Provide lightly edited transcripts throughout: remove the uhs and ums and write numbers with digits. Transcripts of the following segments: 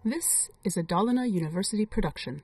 This is a Dalarna University production.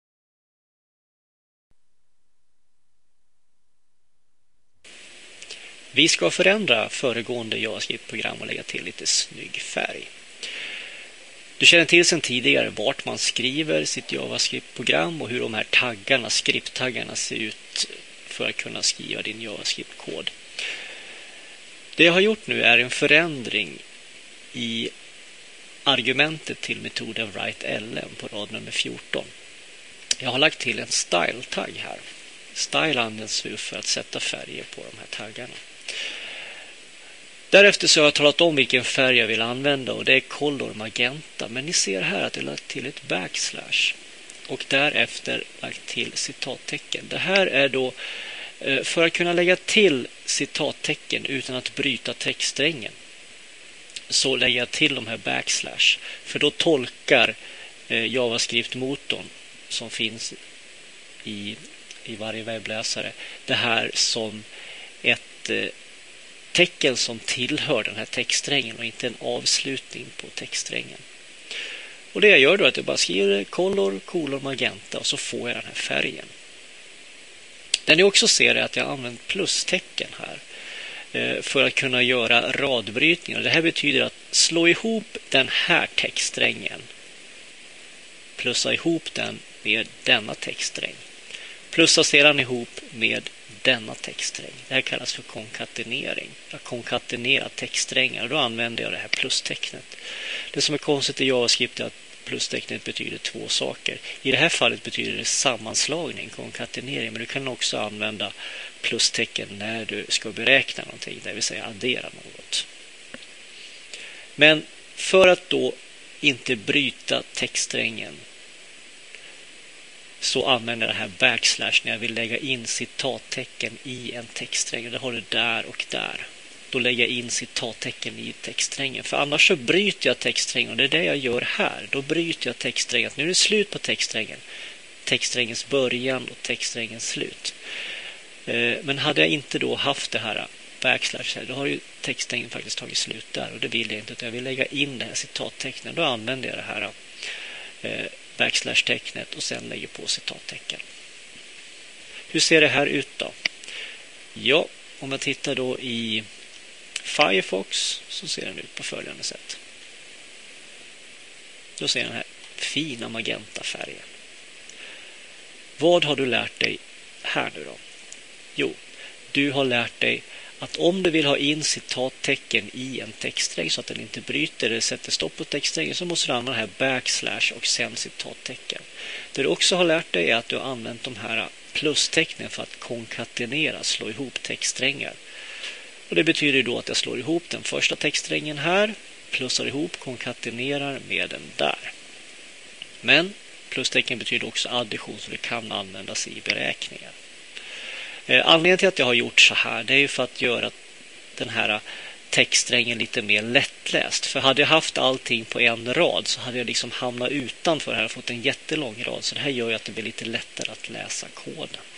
Vi ska förändra föregående JavaScript-program och lägga till lite snygg färg. Du känner till sedan tidigare vart man skriver sitt JavaScript-program och hur de här taggarna, skripttaggarna ser ut för att kunna skriva din JavaScript-kod. Det jag har gjort nu är en förändring i argumentet till metoden write-lm på rad nummer 14. Jag har lagt till en style-tagg här. Style används för att sätta färger på de här taggarna. Därefter så har jag talat om vilken färg jag vill använda och det är color magenta. Men ni ser här att jag har lagt till ett backslash och därefter lagt till citattecken. Det här är då för att kunna lägga till citattecken utan att bryta textsträngen. Så lägger jag till de här backslash. För då tolkar JavaScript-motorn som finns i varje webbläsare det här som ett tecken som tillhör den här textsträngen och inte en avslutning på textsträngen. Och det jag gör då är att jag bara skriver color magenta och så får jag den här färgen. Det ni också ser är att jag använt plustecken här för att kunna göra radbrytningar. Det här betyder att slå ihop den här textsträngen, plussa ihop den med denna textsträng, plussa sedan ihop med denna textsträng. Det här kallas för konkatenering. Jag konkatenerar textsträngar och då använder jag det här plustecknet. Det som är konstigt i JavaScript är att plustecknet betyder två saker. I det här fallet betyder det sammanslagning, konkatenering, men du kan också använda plustecken när du ska beräkna någonting, det vill säga addera något. Men för att då inte bryta textsträngen så använder jag det här backslash när jag vill lägga in citattecken i en textsträng. Det har du där och där. Då lägger jag in citattecken i textsträngen. För annars så bryter jag textsträngen och det är det jag gör här. Då bryter jag textsträngen. Nu är det slut på textsträngen. Textsträngens början och textsträngens slut. Men hade jag inte då haft det här backslash här, då har ju textsträngen faktiskt tagit slut där. Och det vill jag inte. Jag vill lägga in det här citattecknet. Då använder jag det här backslash-tecknet och sen lägger på citattecken. Hur ser det här ut då? Ja, om jag tittar då i Firefox så ser den ut på följande sätt. Då ser den här fina magenta färgen. Vad har du lärt dig här nu då? Jo, du har lärt dig att om du vill ha in citattecken i en textsträng så att den inte bryter eller sätter stopp på textsträngen så måste du använda det här backslash och sen citattecken. Det du också har lärt dig är att du har använt de här plustecknen för att konkatenera, slå ihop textsträngar. Och det betyder då att jag slår ihop den första textsträngen här, plussar ihop, konkatenerar med den där. Men plustecken betyder också addition så det kan användas i beräkningar. Anledningen till att jag har gjort så här det är ju för att göra den här textsträngen lite mer lättläst. För hade jag haft allting på en rad så hade jag liksom hamnat utanför här och fått en jättelång rad. Så det här gör ju att det blir lite lättare att läsa koden.